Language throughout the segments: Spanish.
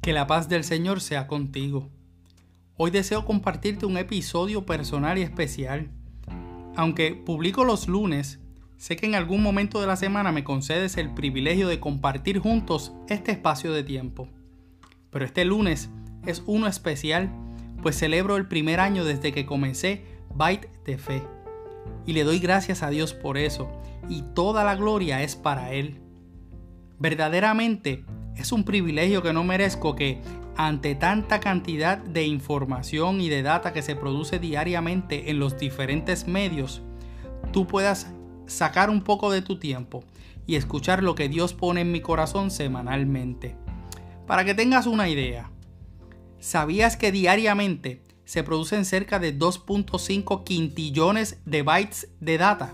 Que la paz del Señor sea contigo. Hoy deseo compartirte un episodio personal y especial. Aunque publico los lunes, sé que en algún momento de la semana me concedes el privilegio de compartir juntos este espacio de tiempo. Pero este lunes es uno especial, pues celebro el primer año desde que comencé Bite de Fe. Y le doy gracias a Dios por eso, y toda la gloria es para Él. Verdaderamente, es un privilegio que no merezco que, ante tanta cantidad de información y de data que se produce diariamente en los diferentes medios, tú puedas sacar un poco de tu tiempo y escuchar lo que Dios pone en mi corazón semanalmente. Para que tengas una idea, ¿sabías que diariamente se producen cerca de 2.5 quintillones de bytes de data?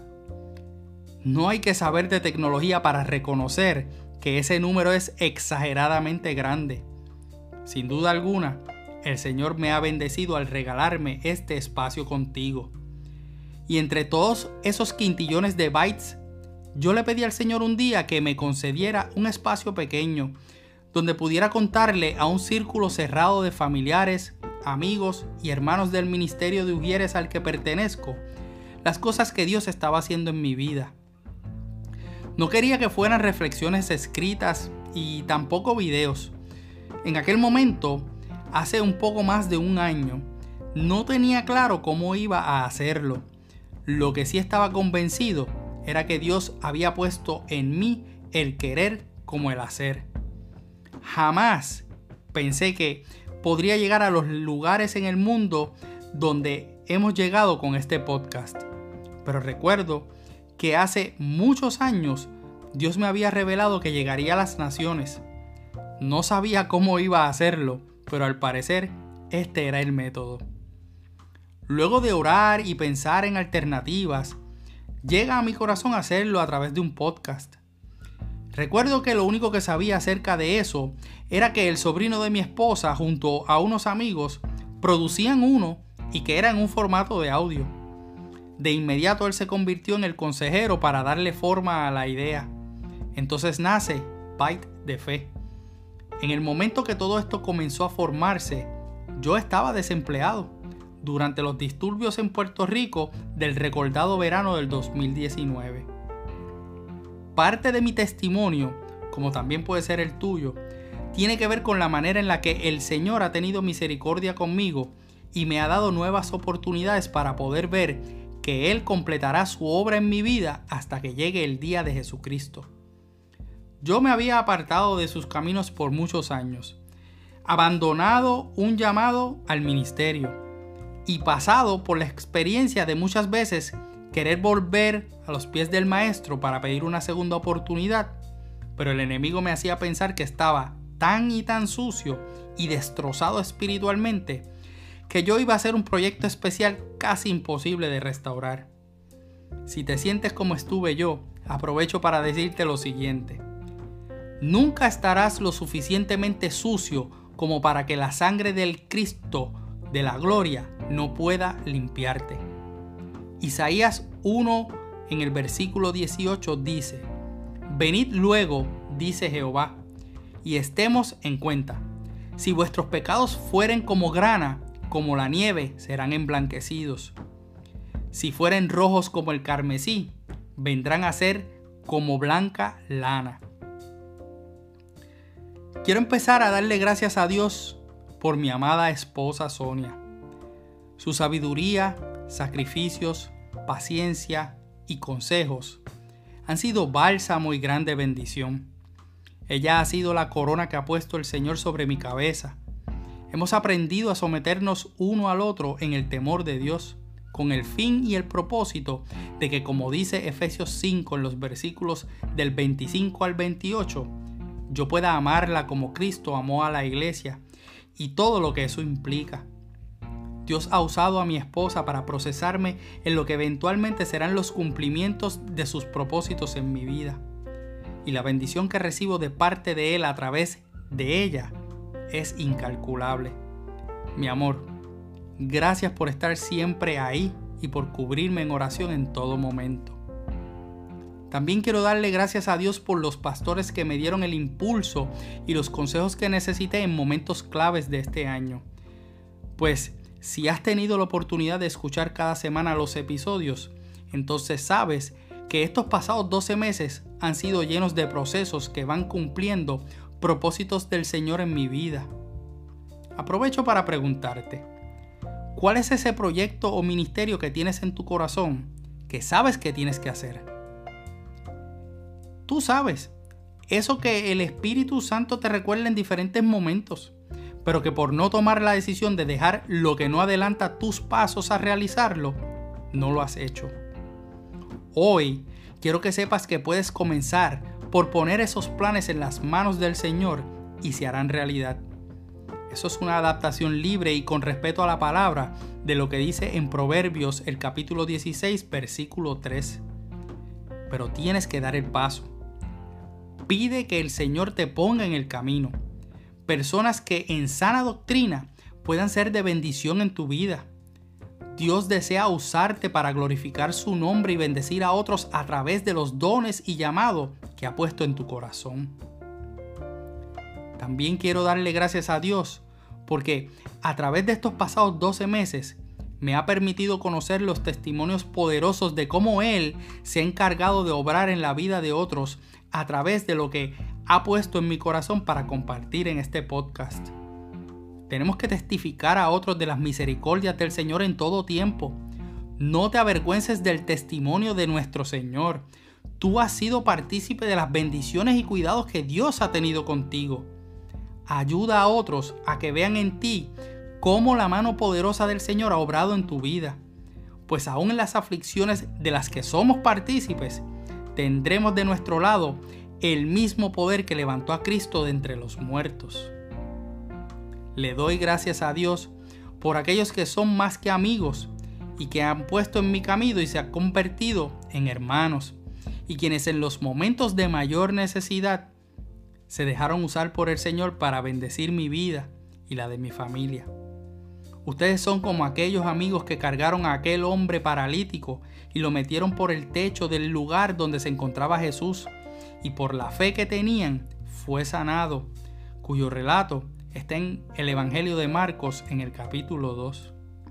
No hay que saber de tecnología para reconocer que ese número es exageradamente grande. Sin duda alguna, el Señor me ha bendecido al regalarme este espacio contigo. Y entre todos esos quintillones de bytes, yo le pedí al Señor un día que me concediera un espacio pequeño, donde pudiera contarle a un círculo cerrado de familiares, amigos y hermanos del ministerio de Ujieres al que pertenezco, las cosas que Dios estaba haciendo en mi vida. No quería que fueran reflexiones escritas y tampoco videos. En aquel momento, hace un poco más de un año, no tenía claro cómo iba a hacerlo. Lo que sí estaba convencido era que Dios había puesto en mí el querer como el hacer. Jamás pensé que podría llegar a los lugares en el mundo donde hemos llegado con este podcast. Pero recuerdo que hace muchos años Dios me había revelado que llegaría a las naciones. No sabía cómo iba a hacerlo, pero al parecer este era el método. Luego de orar y pensar en alternativas, llega a mi corazón hacerlo a través de un podcast. Recuerdo que lo único que sabía acerca de eso era que el sobrino de mi esposa junto a unos amigos producían uno y que era en un formato de audio. De inmediato él se convirtió en el consejero para darle forma a la idea. Entonces nace Bite de Fe. En el momento que todo esto comenzó a formarse, yo estaba desempleado durante los disturbios en Puerto Rico del recordado verano del 2019. Parte de mi testimonio, como también puede ser el tuyo, tiene que ver con la manera en la que el Señor ha tenido misericordia conmigo y me ha dado nuevas oportunidades para poder ver que Él completará su obra en mi vida hasta que llegue el día de Jesucristo. Yo me había apartado de sus caminos por muchos años, abandonado un llamado al ministerio y pasado por la experiencia de muchas veces querer volver a los pies del Maestro para pedir una segunda oportunidad, pero el enemigo me hacía pensar que estaba tan y tan sucio y destrozado espiritualmente que yo iba a ser un proyecto especial casi imposible de restaurar. Si te sientes como estuve yo, aprovecho para decirte lo siguiente. Nunca estarás lo suficientemente sucio como para que la sangre del Cristo de la gloria no pueda limpiarte. Isaías 1 en el versículo 18 dice: Venid luego, dice Jehová, y estemos en cuenta. Si vuestros pecados fueren como grana, como la nieve serán emblanquecidos. Si fueren rojos como el carmesí, vendrán a ser como blanca lana. Quiero empezar a darle gracias a Dios por mi amada esposa Sonia. Su sabiduría, sacrificios, paciencia y consejos han sido bálsamo y grande bendición. Ella ha sido la corona que ha puesto el Señor sobre mi cabeza. Hemos aprendido a someternos uno al otro en el temor de Dios, con el fin y el propósito de que, como dice Efesios 5 en los versículos del 25 al 28, yo pueda amarla como Cristo amó a la iglesia y todo lo que eso implica. Dios ha usado a mi esposa para procesarme en lo que eventualmente serán los cumplimientos de sus propósitos en mi vida. Y la bendición que recibo de parte de Él a través de ella es incalculable. Mi amor, gracias por estar siempre ahí y por cubrirme en oración en todo momento. También quiero darle gracias a Dios por los pastores que me dieron el impulso y los consejos que necesité en momentos claves de este año. Pues si has tenido la oportunidad de escuchar cada semana los episodios, entonces sabes que estos pasados 12 meses han sido llenos de procesos que van cumpliendo propósitos del Señor en mi vida. Aprovecho para preguntarte, ¿cuál es ese proyecto o ministerio que tienes en tu corazón que sabes que tienes que hacer? Tú sabes, eso que el Espíritu Santo te recuerda en diferentes momentos, pero que por no tomar la decisión de dejar lo que no adelanta tus pasos a realizarlo, no lo has hecho. Hoy quiero que sepas que puedes comenzar por poner esos planes en las manos del Señor y se harán realidad. Eso es una adaptación libre y con respeto a la palabra de lo que dice en Proverbios el capítulo 16, versículo 3. Pero tienes que dar el paso. Pide que el Señor te ponga en el camino. Personas que en sana doctrina puedan ser de bendición en tu vida. Dios desea usarte para glorificar su nombre y bendecir a otros a través de los dones y llamado que ha puesto en tu corazón. También quiero darle gracias a Dios porque a través de estos pasados 12 meses me ha permitido conocer los testimonios poderosos de cómo Él se ha encargado de obrar en la vida de otros a través de lo que ha puesto en mi corazón para compartir en este podcast. Tenemos que testificar a otros de las misericordias del Señor en todo tiempo. No te avergüences del testimonio de nuestro Señor. Tú has sido partícipe de las bendiciones y cuidados que Dios ha tenido contigo. Ayuda a otros a que vean en ti cómo la mano poderosa del Señor ha obrado en tu vida. Pues aún en las aflicciones de las que somos partícipes, tendremos de nuestro lado el mismo poder que levantó a Cristo de entre los muertos. Le doy gracias a Dios por aquellos que son más que amigos y que han puesto en mi camino y se han convertido en hermanos, y quienes en los momentos de mayor necesidad se dejaron usar por el Señor para bendecir mi vida y la de mi familia. Ustedes son como aquellos amigos que cargaron a aquel hombre paralítico y lo metieron por el techo del lugar donde se encontraba Jesús, y por la fe que tenían fue sanado, cuyo relato está en el Evangelio de Marcos en el capítulo 2.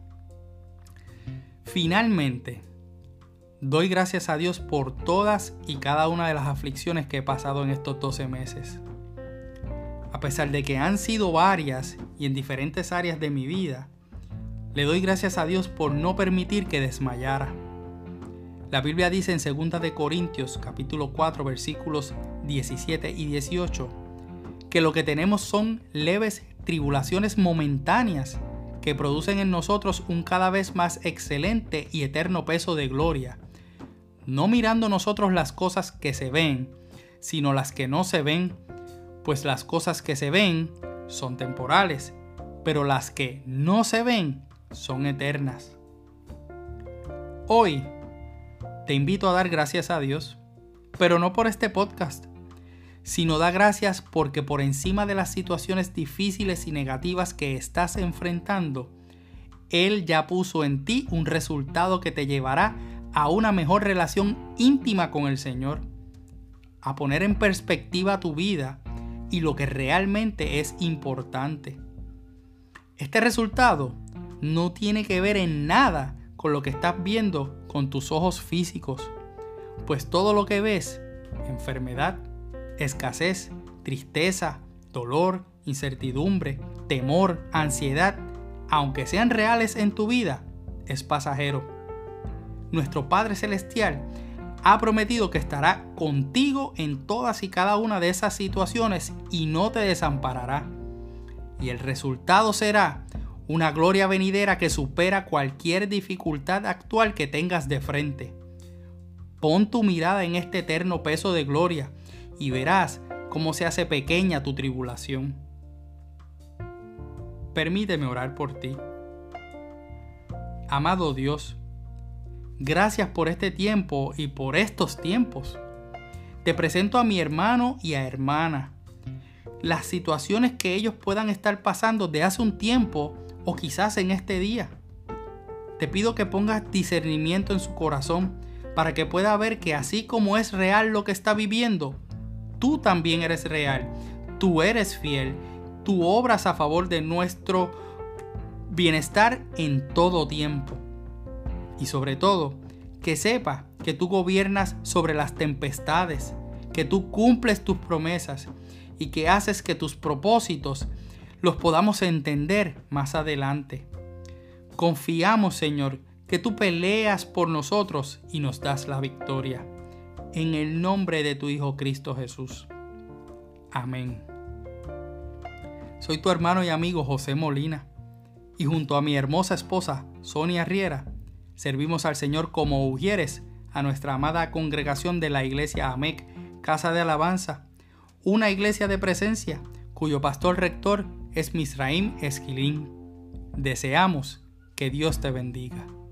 Finalmente, doy gracias a Dios por todas y cada una de las aflicciones que he pasado en estos 12 meses. A pesar de que han sido varias y en diferentes áreas de mi vida, le doy gracias a Dios por no permitir que desmayara. La Biblia dice en 2 de Corintios capítulo 4 versículos 17 y 18 que lo que tenemos son leves tribulaciones momentáneas que producen en nosotros un cada vez más excelente y eterno peso de gloria, no mirando nosotros las cosas que se ven, sino las que no se ven, pues las cosas que se ven son temporales, pero las que no se ven son eternas. Hoy te invito a dar gracias a Dios, pero no por este podcast, sino da gracias porque por encima de las situaciones difíciles y negativas que estás enfrentando, Él ya puso en ti un resultado que te llevará a una mejor relación íntima con el Señor, a poner en perspectiva tu vida y lo que realmente es importante. Este resultado no tiene que ver en nada con lo que estás viendo con tus ojos físicos, pues todo lo que ves, enfermedad, escasez, tristeza, dolor, incertidumbre, temor, ansiedad, aunque sean reales en tu vida, es pasajero. Nuestro Padre Celestial ha prometido que estará contigo en todas y cada una de esas situaciones y no te desamparará. Y el resultado será una gloria venidera que supera cualquier dificultad actual que tengas de frente. Pon tu mirada en este eterno peso de gloria y verás cómo se hace pequeña tu tribulación. Permíteme orar por ti. Amado Dios, gracias por este tiempo y por estos tiempos. Te presento a mi hermano y a hermana. Las situaciones que ellos puedan estar pasando de hace un tiempo o quizás en este día. Te pido que pongas discernimiento en su corazón para que pueda ver que así como es real lo que está viviendo, tú también eres real, tú eres fiel, tú obras a favor de nuestro bienestar en todo tiempo. Y sobre todo, que sepa que tú gobiernas sobre las tempestades, que tú cumples tus promesas y que haces que tus propósitos los podamos entender más adelante. Confiamos, Señor, que tú peleas por nosotros y nos das la victoria. En el nombre de tu Hijo Cristo Jesús. Amén. Soy tu hermano y amigo José Molina, y junto a mi hermosa esposa Sonia Riera, servimos al Señor como ujieres a nuestra amada congregación de la iglesia AMEC, Casa de Alabanza, una iglesia de presencia cuyo pastor rector es Misraim Esquilín. Deseamos que Dios te bendiga.